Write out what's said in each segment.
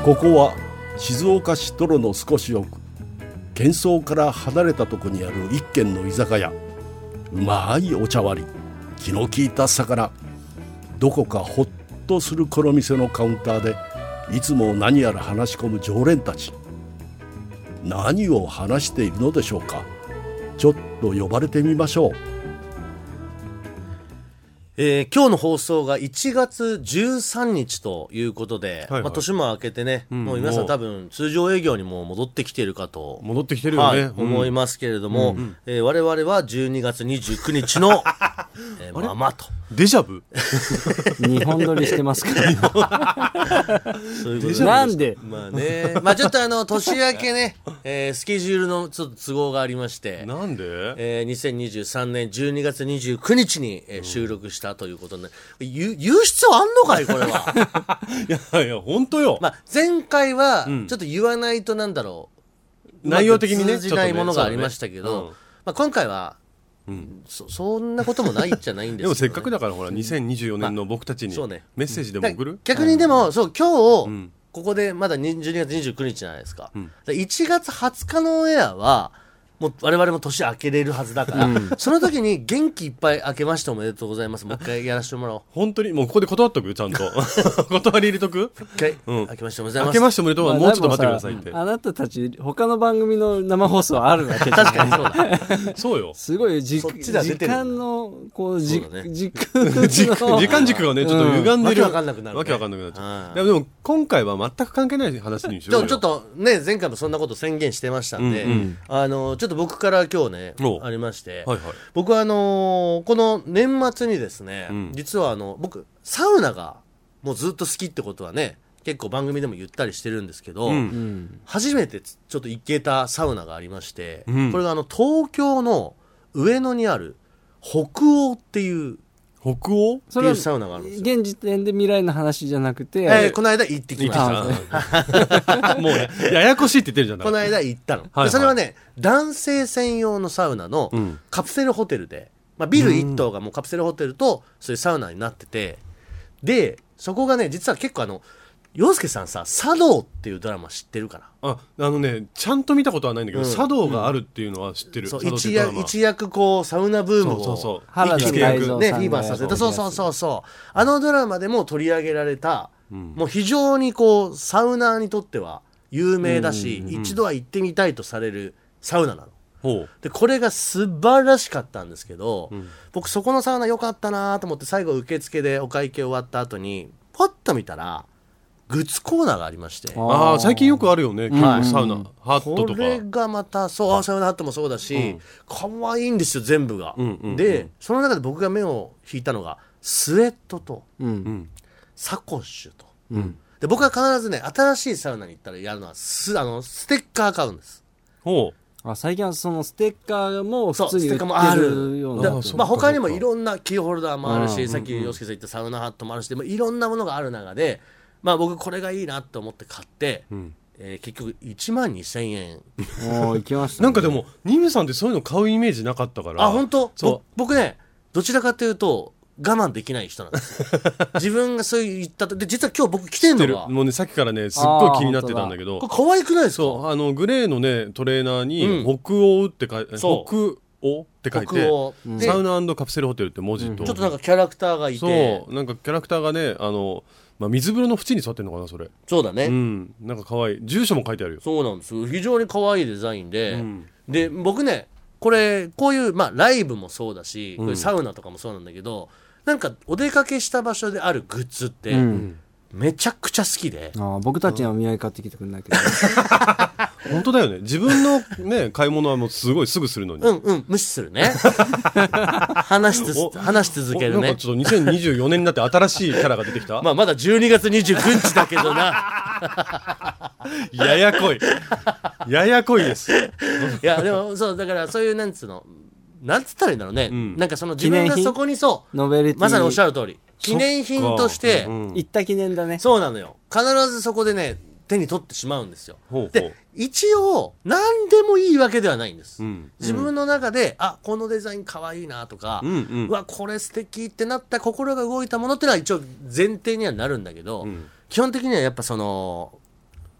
ここは静岡市泥の少し奥、喧騒から離れたとこにある一軒の居酒屋。うまいお茶割り、気の利いた魚、どこかほっとするこの店のカウンターでいつも何やら話し込む常連たち。何を話しているのでしょうか。ちょっと呼ばれてみましょう。 今日の放送が1月13日ということで、 はいはい、 年も明けてね、もう皆さん多分通常営業にも戻ってきているかと戻ってきてるよね、 思いますけれども、我々は12月29日のままとデジャブ日本撮りしてますからそういうことなんでまあね、まあちょっと年明けね、スケジュールのちょっと都合がありまして、 なんで、 2023年12月29日に、収録したということで、言う必要あんのかいこれは。 いやいや本当よ、 まあ、前回はちょっと言わないとなんだろう、 内容的にね通じないものがありましたけど、 ちょっとねまあ、今回はそんなこともないじゃないんですけど、ね、 でもせっかくだからほら2024年の僕たちにそうねメッセージでも送る、 逆にでもそう今日、ここでまだ12月29日じゃないですか、1月20日のオンエアはもう我々も年明けれるはずだから、その時に元気いっぱい明けましておめでとうございます、もう一回やらせてもらおう。 本当にもうここで断っとくちゃんと断り入れとく、 一回、明けましておめでとうございます。 明けましておめでとうはもうちょっと待ってくださいって、 あなたたち他の番組の生放送あるわけじゃない。 確かにそうだそうよすごい時そっちだ出てる間のこうそうだね時間軸がねちょっと歪んでる、 わけわかんなくなるねわけわかんなくなっちゃはう。でも今回は全く関係ない話にしようよ。 ちょっとね前回もそんなこと宣言してましたんで、ちょっと僕から今日ねおありまして、 はいはい、 僕はこの年末にですね、実は僕サウナがもうずっと好きってことはね結構番組でも言ったりしてるんですけど、初めてちょっと行けたサウナがありまして、これが東京の上野にある北欧っていう北欧っていうサウナがあるんですよ。 現時点で未来の話じゃなくて、 この間行ってきましたもうねややこしいって言ってるじゃない。 この間行ったの、 はいはいでそれはね男性専用のサウナのカプセルホテルで、まあ、ビル1棟がもうカプセルホテルとそういうサウナになってて、でそこがね実は結構陽介さんさ茶道っていうドラマ知ってるかな。 ちゃんと見たことはないんだけど、茶道があるっていうのは知ってる。 そう一躍こうサウナブームを原田泰造ねフさんィーバーさせた、そうあのドラマでも取り上げられた、もう非常にこうサウナーにとっては有名だし、一度は行ってみたいとされるサウナなの。でこれが素晴らしかったんですけど、僕そこのサウナ良かったなと思って最後受付でお会計終わった後にパッと見たらグッズコーナーがありまして、 最近よくあるよね、結構サウナ、ハットとか。 これがまたサウナハットもそうだし、可愛いんですよ全部が、でその中で僕が目を引いたのがスウェットと、サコッシュと、で僕は必ずね新しいサウナに行ったらやるのはステッカー買うんです。 最近はそのステッカーも普通に売ってるような、 まあ、他にもいろんなキーホルダーもあるし、さっき洋介さん言ったサウナハットもあるし、でもいろんなものがある中で、まあ、僕これがいいなと思って買って、結局1万2000円。 行きましたね。 なんかでもニムさんってそういうの買うイメージなかったから。 本当？僕ねどちらかというと我慢できない人なんですよ自分がそう言ったと。で実は今日僕着てんのがもうねさっきからねすっごい気になってたんだけど、 これ可愛くないですか。 そうグレーのねトレーナーに、北欧って書いて、北欧って書いて、サウナ&カプセルホテルって文字と、 ちょっとなんかキャラクターがいて、 そうなんかキャラクターがね水風呂の縁に座ってんのかなそれ。 そうだね、 なんか可愛い住所も書いてあるよ。 そうなんですよ、非常に可愛いデザインで、で僕ねこういうまあライブもそうだし、こういうサウナとかもそうなんだけど、なんかお出かけした場所であるグッズって、めちゃくちゃ好きで、 僕たちにはお土産買ってきてくれないけど本当だよね。自分のね買い物はもうすごいすぐするのに、 無視するね話し続けるね。 なんかちょっと2024年になって新しいキャラが出てきたまだ12月29日だけどなややこいですいやでもそうだからそういうなんつったらいいんだろうね、なんかその自分がそこにノベルティまさにおっしゃる通り記念品として行った記念だね。 そうなのよ。必ずそこでね手に取ってしまうんですよ。で一応何でもいいわけではないんです、自分の中でこのデザインかわいいなとか、うわこれ素敵ってなった心が動いたものってのは一応前提にはなるんだけど、基本的にはやっぱその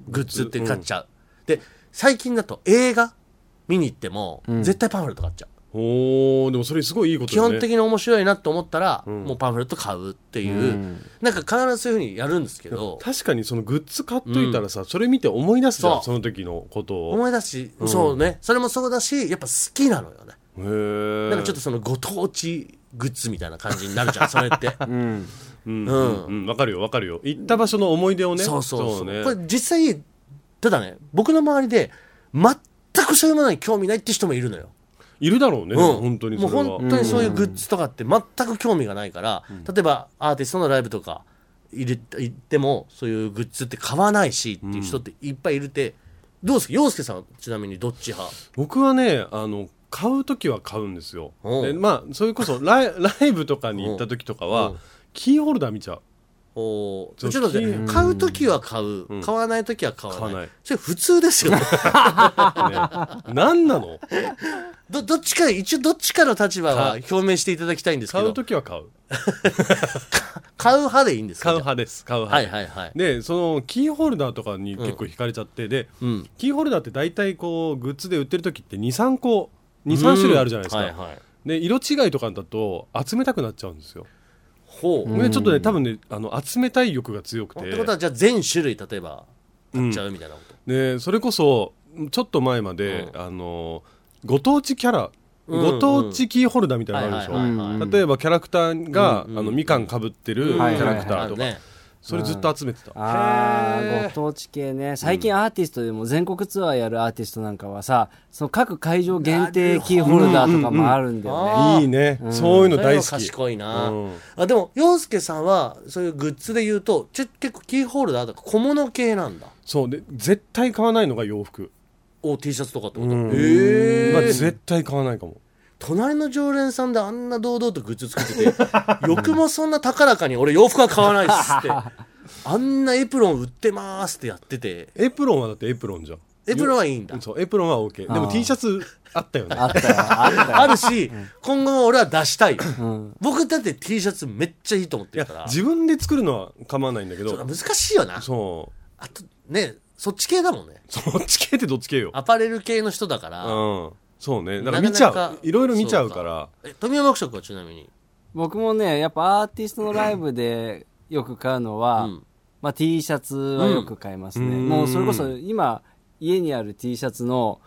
グッズって買っちゃう。で最近だと映画見に行っても、絶対パンフレット買っちゃう。 おでもそれすごいいいことだね。 基本的に面白いなと思ったら、もうパンフレット買うっていう、なんか必ずそういう風にやるんですけど、 確かにそのグッズ買っといたらさ、それ見て思い出すじゃん、その時のことを思い出すし、そうね、それもそうだしやっぱ好きなのよね。 へなんかちょっとそのご当地グッズみたいな感じになるじゃんそれって。 わかるよわかるよ。行った場所の思い出をね。 そうね。 これ実際ただね、僕の周りで全くそういうものに興味ないって人もいるのよ。 いるだろうね、本当にそれは。 もう本当にそういうグッズとかって全く興味がないから、例えばアーティストのライブとか行ってもそういうグッズって買わないしっていう人っていっぱいいるって、どうですか陽介さんはちなみにどっち派？ 僕はね買う時は買うんですよ。でまあそれこそライブとかに行った時とかはキーホルダー見ちゃう。 ちょっと待って、買う時は買う、買わない時は買わない。それ普通ですよね。 何なの？ どっちか一応どっちかの立場は表明していただきたいんですけど。 買う時は買う。 買う派でいいんですか？ 買う派です。買う派。 はいはいはい。 でそのキーホルダーとかに結構惹かれちゃって、で、キーホルダーって大体こうグッズで売ってる時って2、3種類あるじゃないですか。で色違いとかだと集めたくなっちゃうんですよ。でちょっとね多分ね集めたい欲が強くて。 ってことはじゃあ全種類例えば買っちゃうみたいなこと。 でそれこそちょっと前までご当地キャラ、ご当地キーホルダーみたいなのあるでしょ。例えばキャラクターがみかんかぶってるキャラクターとか、それずっと集めてた。 ご当地系ね。最近アーティストでも全国ツアーやるアーティストなんかはさ、その各会場限定キーホルダーとかもあるんだよね。いいね、そういうの大好き。 賢いな。でも陽介さんはそういうグッズで言うと結構キーホルダーとか小物系なんだ。 そうで絶対買わないのが洋服。 T シャツとかってこと？ 絶対買わないかも。 隣の常連さんであんな堂々とグッズ作ってて欲もそんな高らかに俺洋服は買わないっすってあんなエプロン売ってますってやってて。 エプロンはだってエプロンじゃん。 エプロンはいいんだ。 そうエプロンは OK。 でも T シャツあったよね。 あるし、今後も俺は出したいよ、僕だって T シャツめっちゃいいと思ってるから。 自分で作るのは構わないんだけど難しいよな。 そうあとねそっち系だもんね。 そっち系ってどっち系よ。 アパレル系の人だから。 そうね。だから見ちゃう。いろいろ見ちゃうから。 富山学食はちなみに。 僕もねやっぱアーティストのライブでよく買うのは、T シャツはよく買いますね。もうそれこそ今家にある T シャツの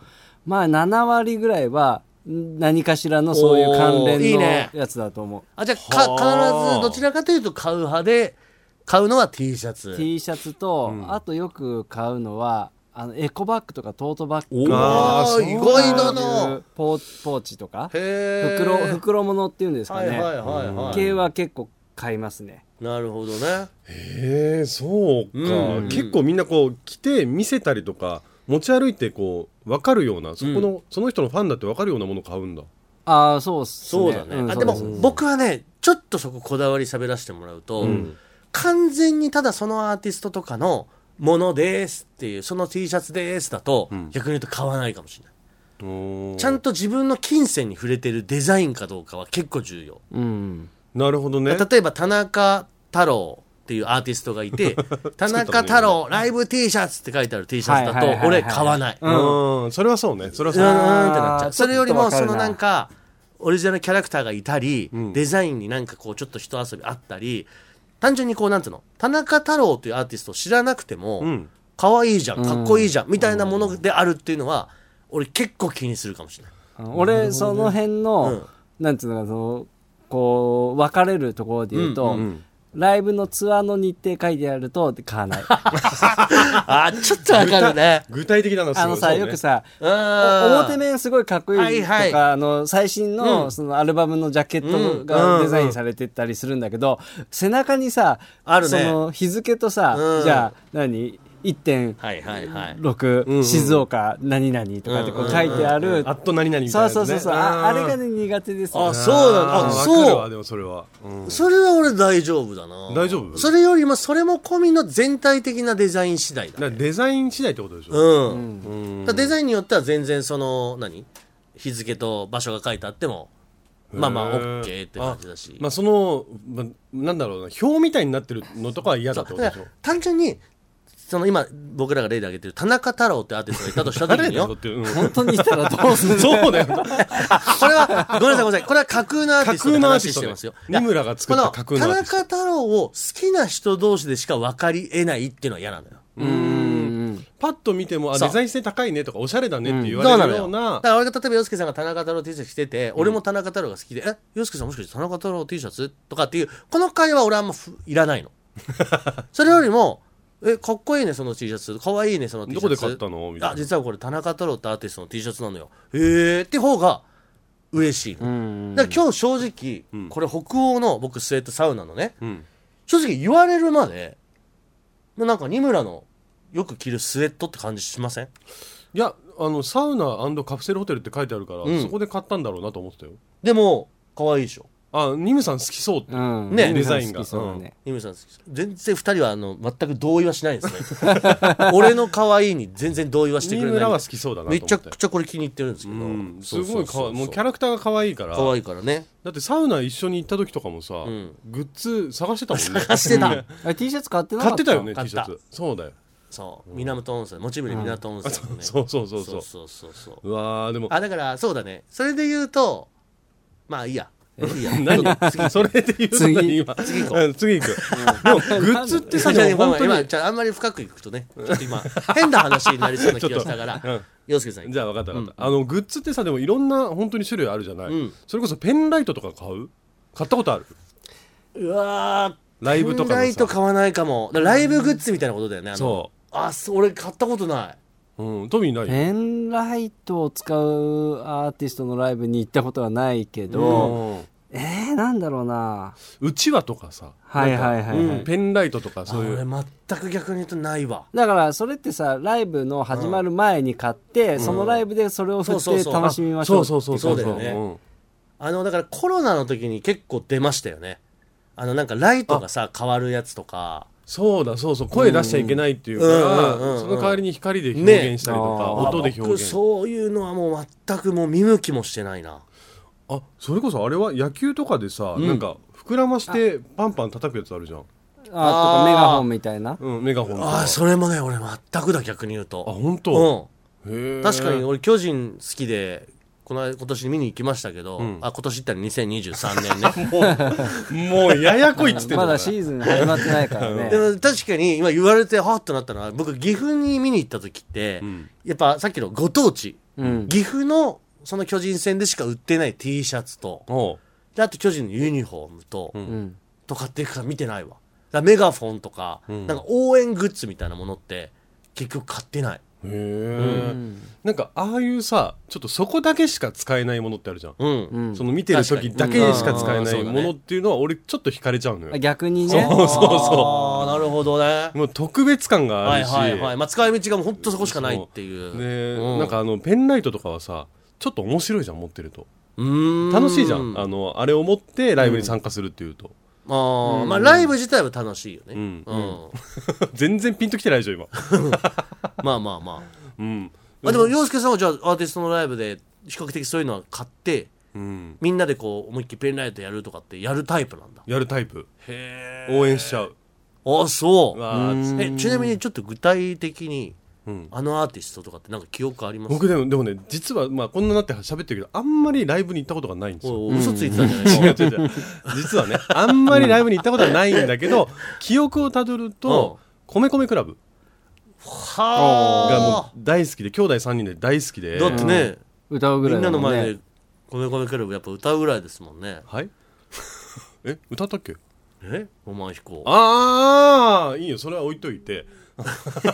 7割ぐらいは何かしらのそういう関連のやつだと思う。 じゃあ必ずどちらかというと買う派で、買うのは T シャツ。 T シャツと、あとよく買うのはエコバッグとかトートバッグ、 意外だな。 ポーチとか袋物っていうんですかね、系は結構買いますね。 なるほどね。 そうか、結構みんなこう着て見せたりとか持ち歩いてこう分かるようなその人のファンだって分かるようなものを買うんだ。 そうっすね。そうだね。でも僕はねちょっとそここだわり喋らせてもらうと、完全にただそのアーティストとかのものですっていうその T シャツですだと、逆に言うと買わないかもしれない。ちゃんと自分の金銭に触れてるデザインかどうかは結構重要。 なるほどね。 例えば田中太郎っていうアーティストがいて田中太郎ライブ T シャツって書いてある T シャツだと俺買わない。 それはそうね。それはそうってなっちゃう。それよりもそのなんかオリジナルキャラクターがいたり、デザインになんかこうちょっと一遊びあったり、単純にこうなんていうの田中太郎というアーティストを知らなくても可愛いじゃんかっこいいじゃんみたいなものであるっていうのは俺結構気にするかもしれない。 俺その辺のなんていうのかそのこう分かれるところで言うと、ライブのツアーの日程書いてあると買わない。 ちょっと分かるね。 具体的なのすごい。 よくさ表面すごいかっこいいとか、最新のそのアルバムのジャケットがデザインされてたりするんだけど、背中にさその日付とさ、じゃあ何1.6 静岡何々とかってこう書いてあるあっと何々みたいなね。 そうあれがね苦手ですよ。 そうなんだ。 そうでもそれは俺大丈夫だな。 大丈夫。 それよりもそれも込みの全体的なデザイン次第だ。 デザイン次第ってことでしょ。 デザインによっては全然その日付と場所が書いてあってもまあOK って感じだし、 そのなんだろうな表みたいになってるのとかは嫌だってことでしょ。 単純にその今僕らが例で挙げてる田中太郎ってアーティストがいたとした時によ本当にいたらどうするのそうだよこれはごめんなさいこれは架空のアーティストの話してますよ。 三村が作った架空のアーティスト。 田中太郎を好きな人同士でしか分かり得ないっていうのは嫌なのよ。 パッと見てもデザイン性高いねとかおしゃれだねって言われるような、 だから俺が例えば洋介さんが田中太郎 T シャツ着てて、俺も田中太郎が好きで洋介さんもしかして田中太郎 T シャツとかっていうこの会話俺あんまいらないのそれよりもかっこいいねその T シャツかわいいねその T シャツどこで買ったのみたいな。 実はこれ田中太郎ってアーティストの T シャツなのよって方が嬉しいの。だから今日正直、これ北欧の僕スウェットサウナのね、正直言われるまでなんか二村のよく着るスウェットって感じしません？ いやサウナ&カプセルホテルって書いてあるから、そこで買ったんだろうなと思ってたよ。 でも可愛いでしょ。 ニムさん好きそうって、 ねデザインが。 ニムさん好きそう。全然2人は全く同意はしないですね俺の可愛いに全然同意はしてくれない。 ニムラは好きそうだなと思って。 めちゃくちゃこれ気に入ってるんですけど、 すごいもうキャラクターが可愛いから可愛いからね。 だってサウナ一緒に行った時とかもさ、グッズ探してたもんね。 探してた T シャツ買ってなかった？ 買ってたよね T シャツ。そうだよ。 そう源温泉もちぶり港温泉のね、 そううわでもだからそうだね。それで言うとまあいいや何それで言うと次行く。でもグッズってさ、 本当にあんまり深くいくとねちょっと今変な話になりそうな気がしたから洋介さんじゃあ分かったグッズってさでもいろんな本当に種類あるじゃない。それこそペンライトとか買ったことある？ うわライブとかのさペンライト買わないかも。ライブグッズみたいなことだよね。 そう俺買ったことない。 トミーない？ ペンライトを使うアーティストのライブに行ったことはないけど、なんだろうな、 うちわとかさ、ペンライトとかそういう。 俺全く逆に言うとないわ。 だからそれってさライブの始まる前に買って、そのライブでそれを振って楽しみましょう。 そうだよね。だからコロナの時に結構出ましたよね。なんかライトがさ変わるやつとか。 そう声出しちゃいけないっていうからその代わりに光で表現したりとか、音で表現。 そういうのはもう全くもう見向きもしてないな。 それこそあれは野球とかでさ、なんか膨らましてパンパン叩くやつあるじゃん。 とかメガホンみたいな。 メガホンとか。 それもね俺全くだ逆に言うと。 本当。 確かに俺巨人好きで今年見に行きましたけど、今年って2023年ねもうややこいっつってんのまだシーズン始まってないからねでも確かに今言われてはっとなったのは、僕岐阜に見に行った時って、やっぱさっきのご当地、岐阜のその巨人戦でしか売ってない T シャツとであと巨人のユニフォームと、とかっていうか見てないわ。だからメガフォンとか、なんか応援グッズみたいなものって結局買ってない。 なんかああいうさちょっとそこだけしか使えないものってあるじゃん、その見てる時だけしか使えないものっていうのは俺ちょっと惹かれちゃうのよ。 逆にね。 そうなるほどね。 もう特別感があるし、 使い道がもう本当そこしかないっていうで、なんかペンライトとかはさちょっと面白いじゃん持ってると。楽しいじゃんあれを持ってライブに参加するっていうと。 ライブ自体は楽しいよね。 全然ピンときてないでしょ今でも洋介さんはじゃあアーティストのライブで比較的そういうのは買って、みんなでこう思いっきりペンライトやるとかってやるタイプなんだ。 やるタイプ。応援しちゃう。 そうちなみにちょっと具体的にアーティストとかってなんか記憶あります？ 僕でもね実はこんななって喋ってるけどあんまりライブに行ったことがないんですよ。 嘘ついてたんじゃない？ 違う実はねあんまりライブに行ったことはないんだけど記憶をたどると米米クラブがもう大好きで兄弟3人で大好きで。 だってね歌うぐらいみんなの前で米米クラブやっぱ歌うぐらいですもんね。 はい歌ったっけ？ ロマン飛行。 いいよそれは置いといてま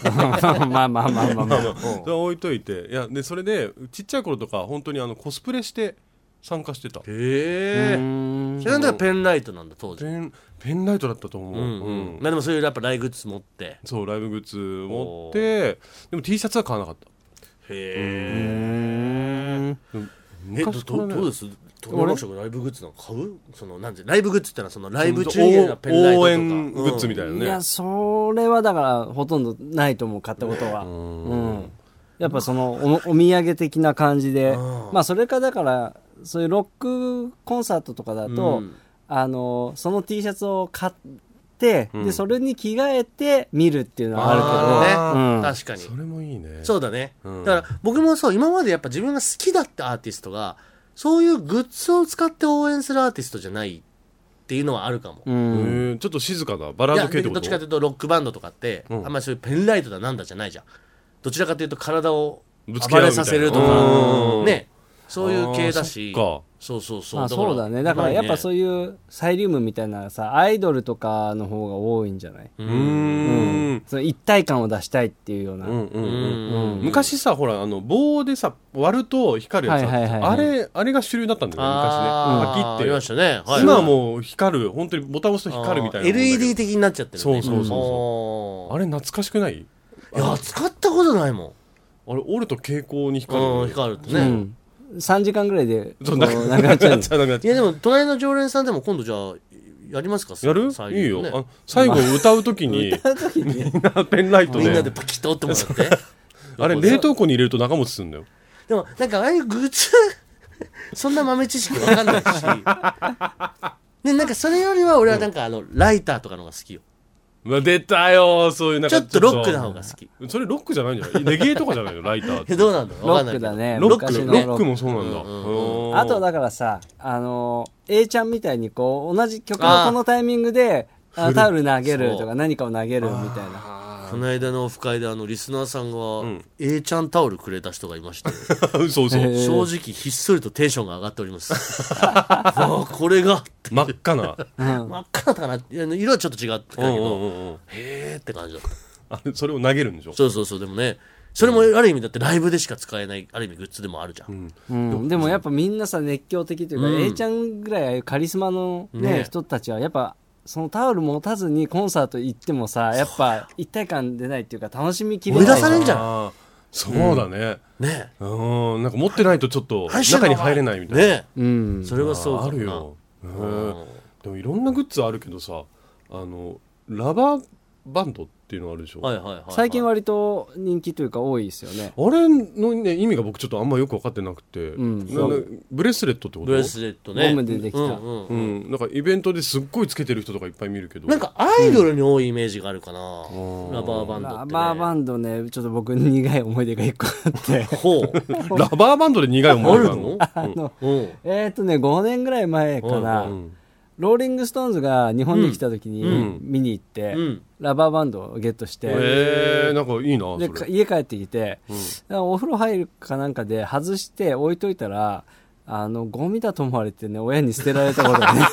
あそれは置いといてでそれでちっちゃい頃とか本当にコスプレして参加してた。 それがペンライトなんだ当時。 ペンライトだったと思う。 でもそういうやっぱライブグッズ持ってそうライブグッズ持ってでも T シャツは買わなかった。 どうです？ライブグッズなんか買う？ライブグッズってのはそのライブ中にペンライトとか応援グッズみたいなね。 いやそれはだからほとんどないと思う買ったことは。やっぱその お土産的な感じでそれかだからそういうロックコンサートとかだと、その T シャツを買っ 、でそれに着替えて見るっていうのはあるけど、 確かにそれもいいね。 そうだね、だから僕もそう今までやっぱ自分が好きだったアーティストがそういうグッズを使って応援するアーティストじゃないっていうのはあるかも、 ちょっと静かなバラード系ってこと？ どっちかというとロックバンドとかって、あんまりそういうペンライトだなんだじゃないじゃん。どちらかというと体を暴れさせるとかね、そういう系だし、そうそうそう、 そうだね。だからやっぱそういうサイリウムみたいなさ、アイドルとかの方が多いんじゃない？その一体感を出したいっていうような。 昔さ、ほら棒でさ割ると光るやつあれが主流だったんだよね昔ね。パキってありましたね。 今はもう光る、本当にボタン押すと光るみたいな。 LED 的になっちゃってるね。 そうあれ懐かしくない？いや使ったことないもん。あれ折ると蛍光に光る。 光るってね。 3時間ぐらいでなくなっちゃう。 いやでも隣の常連さんでも今度じゃあやりますか？ やる？いいよ。最後歌う時にみんなペンライトでみんなでパキッと折ってもらってあれ冷凍庫に入れると長持ちするんだよ。 でもなんかああいうグッズそんな豆知識わかんないしでなんかそれよりは俺はなんかライターとかの方が好きよ。 出たよ、そういうなんかちょっとロックな方が好き。 それロックじゃないんじゃない？レゲエとかじゃないのライターって。 どうなんだろう？ ロックだね。 ロックもそうなんだ。 あとだからさ、A ちゃんみたいにこう同じ曲のこのタイミングでタオル投げるとか何かを投げるみたいな。 この間のオフ会でリスナーさんが A ちゃんタオルくれた人がいましてそう正直ひっそりとテンションが上がっておりますわこれが真っ赤な真っ赤だったかな、色はちょっと違ったけどへーって感じだった。 それを投げるんでしょ？ そうでもねそれもある意味だってライブでしか使えないある意味グッズでもあるじゃん、 でもやっぱみんなさ熱狂的というか、A ちゃんぐらいああいうカリスマの人たちはやっぱそのタオル持たずにコンサート行ってもさやっぱ一体感出ないっていうか楽しみきれない。 追い出されんじゃん。 そうだね。 ねなんか持ってないとちょっと中に入れないみたいな。 ね。それはそうあるよ。でもいろんなグッズあるけどさ、ラバーバンドっていうのあるでしょ。 最近割と人気というか多いですよね。 あれのね意味が僕ちょっとあんまよく分かってなくて、ブレスレットってこと？ ブレスレットね。 ゴムでできた。 なんかイベントですっごいつけてる人とかいっぱい見るけど。 なんかアイドルに多いイメージがあるかな。ラバーバンドってね。 ラバーバンドねちょっと僕苦い思い出が一個あって。 ほう。 ラバーバンドで苦い思い出があるの ？5年ぐらい前かな。ローリングストーンズが日本に来た時に見に行って、ラバーバンドをゲットして、 なんかいいな。 で家帰ってきて、お風呂入るかなんかで外して置いといたらゴミだと思われてね親に捨てられたことがね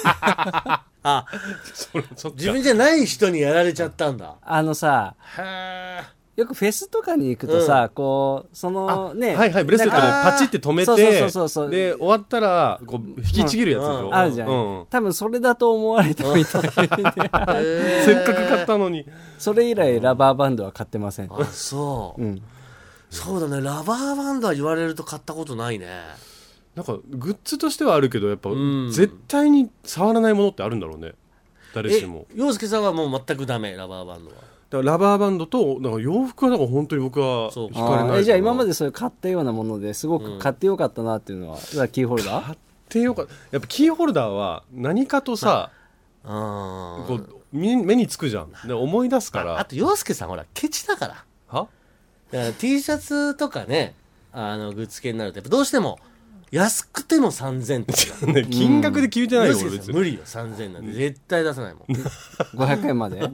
自分じゃない人にやられちゃったんだ。 さよくフェスとかに行くとさ、こうそのねブレスレットでパチって止めてで終わったらこう引きちぎるやつでしょ。 あるじゃん。多分それだと思われたみたいでせっかく買ったのに。 それ以来ラバーバンドは買ってません。 そうだね。ラバーバンドは言われると買ったことないね。 なんかグッズとしてはあるけどやっぱ絶対に触らないものってあるんだろうね誰しも。 陽介さんはもう全くダメラバーバンドは。 だからラバーバンドとだから洋服はだから本当に僕は惹かれない。 じゃあ今までそういう買ったようなものですごく買ってよかったなっていうのは、キーホルダー買ってよかった。やっぱキーホルダーは何かとさこう目につくじゃん。で思い出すから。 あと陽介さんほらケチだから。 はだから T シャツとかねグッズ系になるとやっぱどうしても安くても3000とかね、金額で決めてないよ、 俺別に無理よ。3000なんで絶対出さないもん。 500円までキ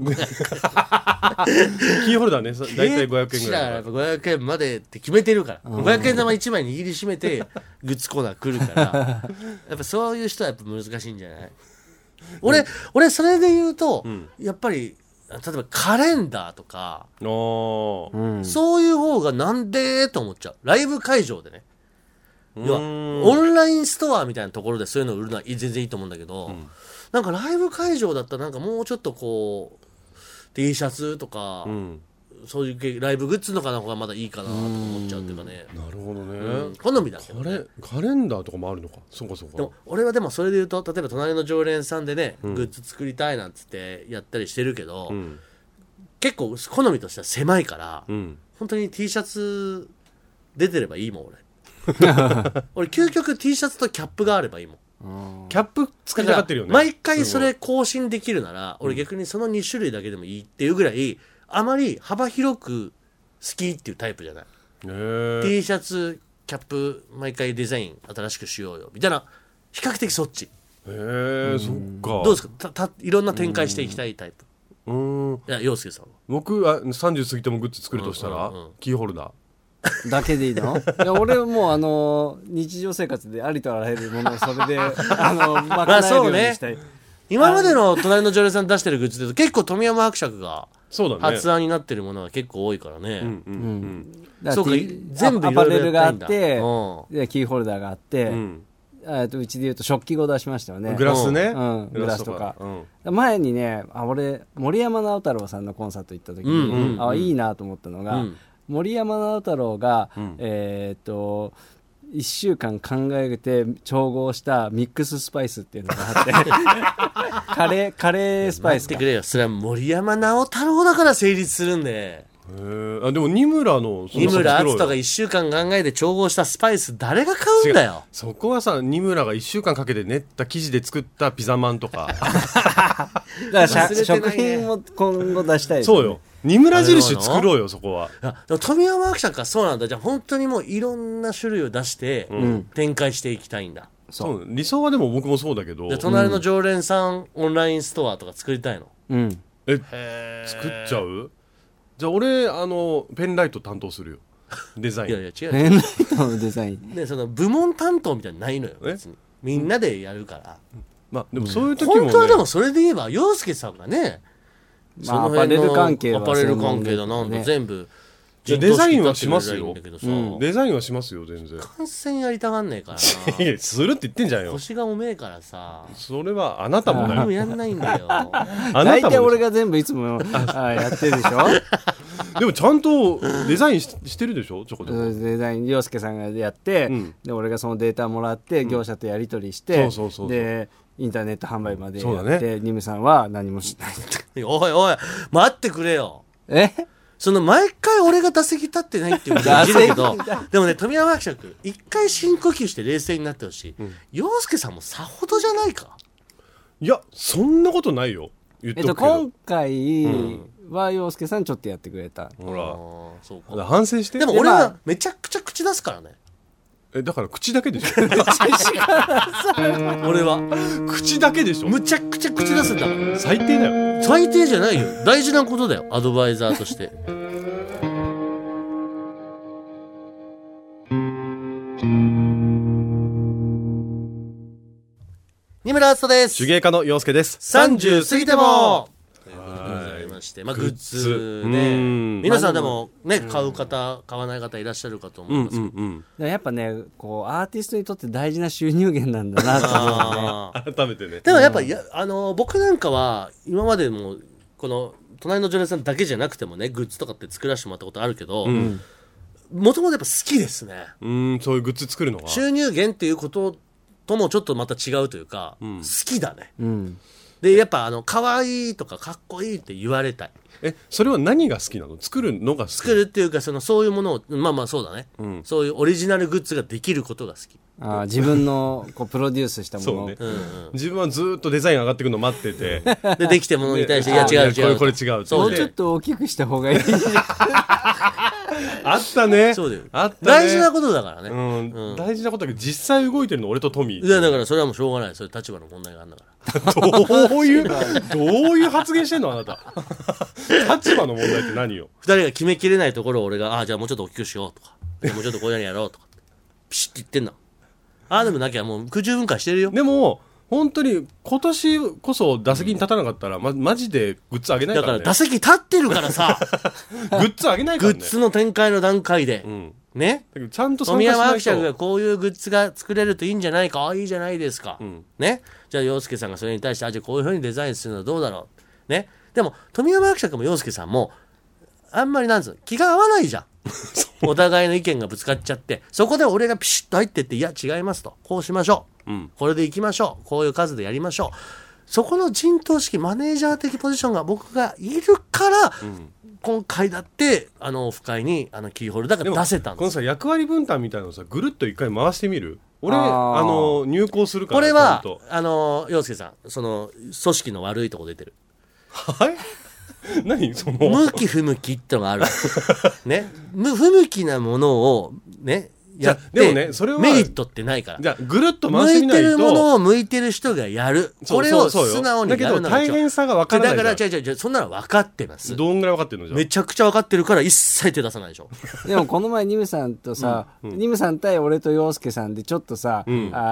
ーホルダーね大体500円ぐらいだから。 やっぱ500円までって決めてるから、500円玉1枚握りしめてグッズコーナー来るからやっぱそういう人はやっぱ難しいんじゃない？俺それで言うと、やっぱり例えばカレンダーとか、そういう方がなんでと思っちゃう。ライブ会場でね、要はオンラインストアみたいなところでそういうのを売るのは全然いいと思うんだけど、なんかライブ会場だったらなんかもうちょっとこう T シャツとか、そういうライブグッズのかの方がまだいいかなと思っちゃうっていうかね。 なるほどね、 好みだけど、ね、 カレンダーとかもあるのか。そうか。 でも俺はでもそれで言うと例えば隣の常連さんでね、グッズ作りたいなんつってやったりしてるけど、結構好みとしては狭いから、本当に T シャツ出てればいいもん俺究極 T シャツとキャップがあればいいもん。 キャップ作りたがってるよね。 毎回それ更新できるなら俺逆にその2種類だけでもいいっていうぐらいあまり幅広く好きっていうタイプじゃない。T シャツキャップ毎回デザイン新しくしようよみたいな比較的そっち。 そっか。 どうですかいろんな展開していきたいタイプ。いや陽介さんは。 僕は30過ぎてもグッズ作るとしたら、キーホルダーだけでいいの？いや俺もう日常生活でありとあらゆるものをそれで賄えるようにしたい。 今までの隣の常連さん出してるグッズで結構富山伯爵が発案になってるものが結構多いからね。 そうか全部アパレルがあってキーホルダーがあって、うちでいうと食器を出しましたよね。 グラスね、 グラスとか、前にね俺森山直太朗さんのコンサート行った時に、いいなと思ったのが、森山直太朗が、1週間考えて調合したミックススパイスっていうのがあってカレースパイスか。 待ってくれよ、それは森山直太朗だから成立するんで。 でも二村敦人が1週間考えて調合したスパイス誰が買うんだよ。 そこはさ、二村が1週間かけて練った生地で作ったピザマンとかだから食品も今後出したいですね。 そうよ、二村印作ろうよそこは。 富山伯爵はそうなんだ。じゃあ本当にもういろんな種類を出して展開していきたいんだ。 そう理想はでも僕もそうだけど、 隣の常連さんオンラインストアとか作りたいの？ 作っちゃう？じゃあ俺ペンライト担当するよデザイン。 いやいや違う、 ペンライトのデザインでその部門担当みたいなのないのよ別に。みんなでやるから、 まあでもそういう時もね、 本当はでもそれで言えば陽介さんがね、 アパレル関係アパレル関係だなんと全部デザインはしますよ。デザインはしますよ全然。 観戦やりたがんねえからなするって言ってんじゃんよ。 腰が重えからさ。 それはあなたもだよ。 やんないんだよ大体俺が全部いつもやってるでしょでもちゃんとデザインしてるでしょちょこちょこ。 デザイン陽介さんがやって、で俺がそのデータもらって業者とやり取りして、でインターネット販売までやって、ニムさんは何もしないおいおい待ってくれよ。その毎回俺が打席立ってないっていうことはできるけどでもね、富山伯爵一回深呼吸して冷静になってほしい。陽介さんもさほどじゃないか。 いやそんなことないよ。言っとくけど今回は陽介さんちょっとやってくれた。 ほらそうか、反省して。 でも俺はめちゃくちゃ口出すからね。 だから口だけでしょ俺は口だけでしょ。 むちゃくちゃ口出すんだから。 最低だよ。 最低じゃないよ、大事なことだよ、アドバイザーとして。二村敦人です。 手芸家の陽介です。 30過ぎてもまあ、グッズね、皆さんでもね、買う方買わない方いらっしゃるかと思いますけど、 やっぱねこうアーティストにとって大事な収入源なんだなと思うね改めてね。 でもやっぱ僕なんかは今までもこの隣の常連さんだけじゃなくてもね、グッズとかって作らせてもらったことあるけど、もともとやっぱ好きですね。 そういうグッズ作るのは収入源っていうことともちょっとまた違うというか、好きだね。でやっぱ可愛いとかかっこいいって言われたい。 それは何が好きなの？作るのが好き？ 作るっていうかそういうものをまあそうだね、そういうオリジナルグッズができることが好き。 自分のこうプロデュースしたものを、 ね、自分はずっとデザイン上がってくるの待っててでできたものに対していや違うこれ違うもうちょっと大きくした方がいいあったね。 そうだよ。 あったね。 大事なことだからね。 大事なことだけど実際動いてるの俺とトミー。 いやだからそれはもうしょうがない。それ立場の問題があるんだから。 どういう発言してんのあなた。立場の問題って何よ。 二人が決めきれないところを俺がじゃあもうちょっと大きくしようとか、もうちょっとこういうのやろうとかピシッて言ってんだ。でもなきゃもう空中分解してるよ。 でも本当に今年こそ打席に立たなかったら、マジでグッズあげないからね。 だから打席立ってるからさグッズあげないからね。 グッズの展開の段階で、ね、 だけどちゃんと参加しないと。 富山伯爵がこういうグッズが作れるといいんじゃないか。いいじゃないですか、ね。じゃあ陽介さんがそれに対してじゃあこういう風にデザインするのはどうだろうね。でも富山伯爵も陽介さんもあんまりなんつう気が合わないじゃんお互いの意見がぶつかっちゃって、そこで俺がピシッと入ってっていや違いますと、こうしましょう、これでいきましょう、こういう数でやりましょう。そこの陣頭指揮マネージャー的ポジションが僕がいるから、今回だってオフ会にキーホルダーが出せたんです。 このさ役割分担みたいなのさぐるっと一回回してみる。 俺入校するからこれはちゃんと陽介さんその組織の悪いとこ出てる。 はい何その向き不向きってのがあるね、不向きなものをねやってでもねそれはメリットってないから。 じゃあぐるっと回向してみないといてるものを向いてる人がやる。これをそうよ素直にやるのがだけど大変さが分からないだから違うそんなの分かってます。 どんぐらい分かってるのじゃあめちゃくちゃ分かってるから一切手出さないでしょでもこの前ニムさんとさ、ニムさん対俺と陽介さんでちょっとさ、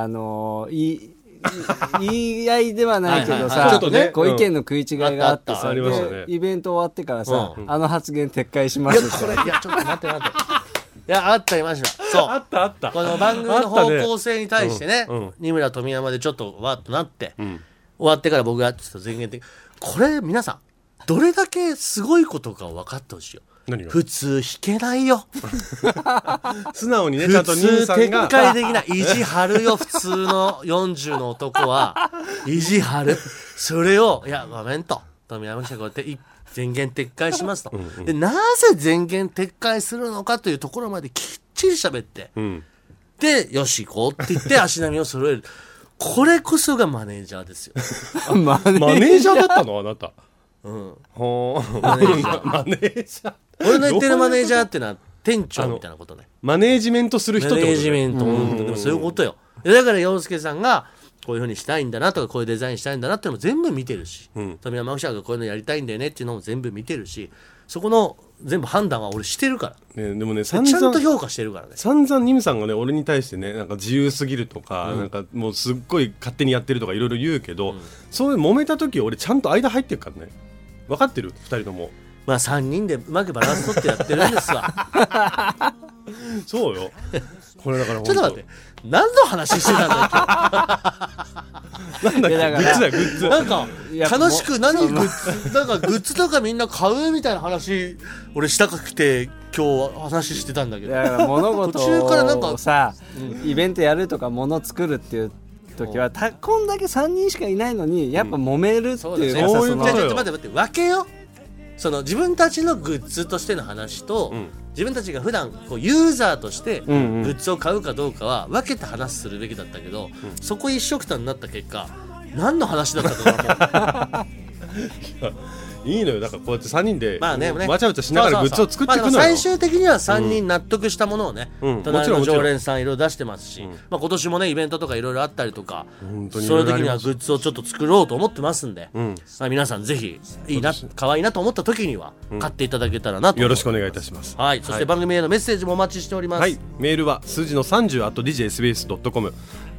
言い合いではないけどさ、 ちょっとねこう意見の食い違いがあってあさ、 りましたねでイベント終わってからさ、 うんあの発言撤回しますってこれいやちょっと待っていやあったりました。そうあったこの番組の方向性に対してね、二村富山でちょっとわっとなって、終わってから僕がちょっと前言的これ皆さんどれだけすごいことかを分かってほしいよ。 何が普通弾けないよ。 素直にねちゃんと普通兄さんが撤回できない。意地張るよ普通の40の男は意地張る。それをいやごめんと富山記者がこうやって全言撤回しますと、でなぜ全言撤回するのかというところまできっちり喋って、でよし行こうって言って足並みを揃える。これこそがマネージャーですよ。 マネマネージャーだったのあなたママネージャーマネージャー俺の言ってるマネージャーってのは店長みたいなことね。 マネージメントする人っマネてことねージメント、でもそういうことよ。だから陽介さんがこういう風にしたいんだなとかこういうデザインしたいんだなっていうのも全部見てるし、富山記者がこういうのやりたいんだよねっていうのも全部見てるし、そこの全部判断は俺してるから、 ね、でもねちゃんと評価してるからね。 散々ニムさんがね俺に対してねなんか自由すぎるとか、なんかもうすっごい勝手にやってるとかいろいろ言うけど、そういう揉めた時俺ちゃんと間入ってるからね。分かってる2人とも。 まあ3人でうまくバランス取ってやってるんですわ。 そうよこれだからちょっと待って何の話してたんだ今なんだっけいやだからグッズだよグッズなんかいや楽しく何グッズなんかグッズとかみんな買うみたいな話俺したくて今日話してたんだけど、 だから物事途中からなんかをさ、イベントやるとか物作るっていう時はこんだけ3人しかいないのにやっぱ揉めるっていうかさ、 そういうことよちょっと待って分けよう。その自分たちのグッズとしての話と、自分たちが普段こうユーザーとしてグッズを買うかどうかは分けて話するべきだったけど、そこ一緒くたになった結果何の話だったかないいのよだからこうやって3人でまあねわちゃわちゃしながらグッズを作っていくのよ。 まあでも最終的には3人納得したものをね、隣のもちろん常連さんいろいろ出してますし、まあ、今年もねイベントとかいろいろあったりとか、 本当にそういう時にはグッズをちょっと作ろうと思ってますんで、まあ、皆さんぜひいいな可愛いなと思った時には買っていただけたらなと、 よろしくお願いいたします。 はいそして番組へのメッセージもお待ちしております。 はい、メールは数字の30@djsbs.com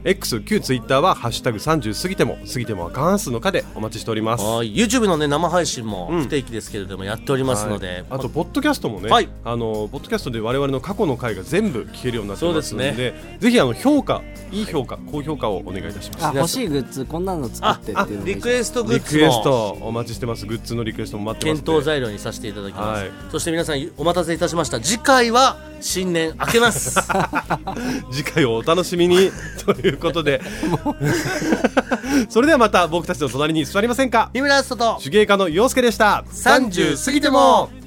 X 旧ツイッターはハッシュタグ30過ぎてもは過半数の課でお待ちしております。 はい YouTube の、ね、生配信も不定期ですけれどもやっておりますので、 あとポッドキャストもね、 はいポッドキャストで我々の過去の回が全部聞けるようになってますので、 そうですぜひ評価いい評価高評価をお願いいたします。 あ欲しいグッズこんなの作ってっていうのがいいリクエストグリッズもクエストお待ちしてます。グッズのリクエストも待ってます検討材料にさせていただきます、 はいそして皆さんお待たせいたしました。次回は新年明けます次回をお楽しみにということでそれではまた僕たちの隣に座りませんか。 三村篤人と手芸家の陽介でした。 30過ぎても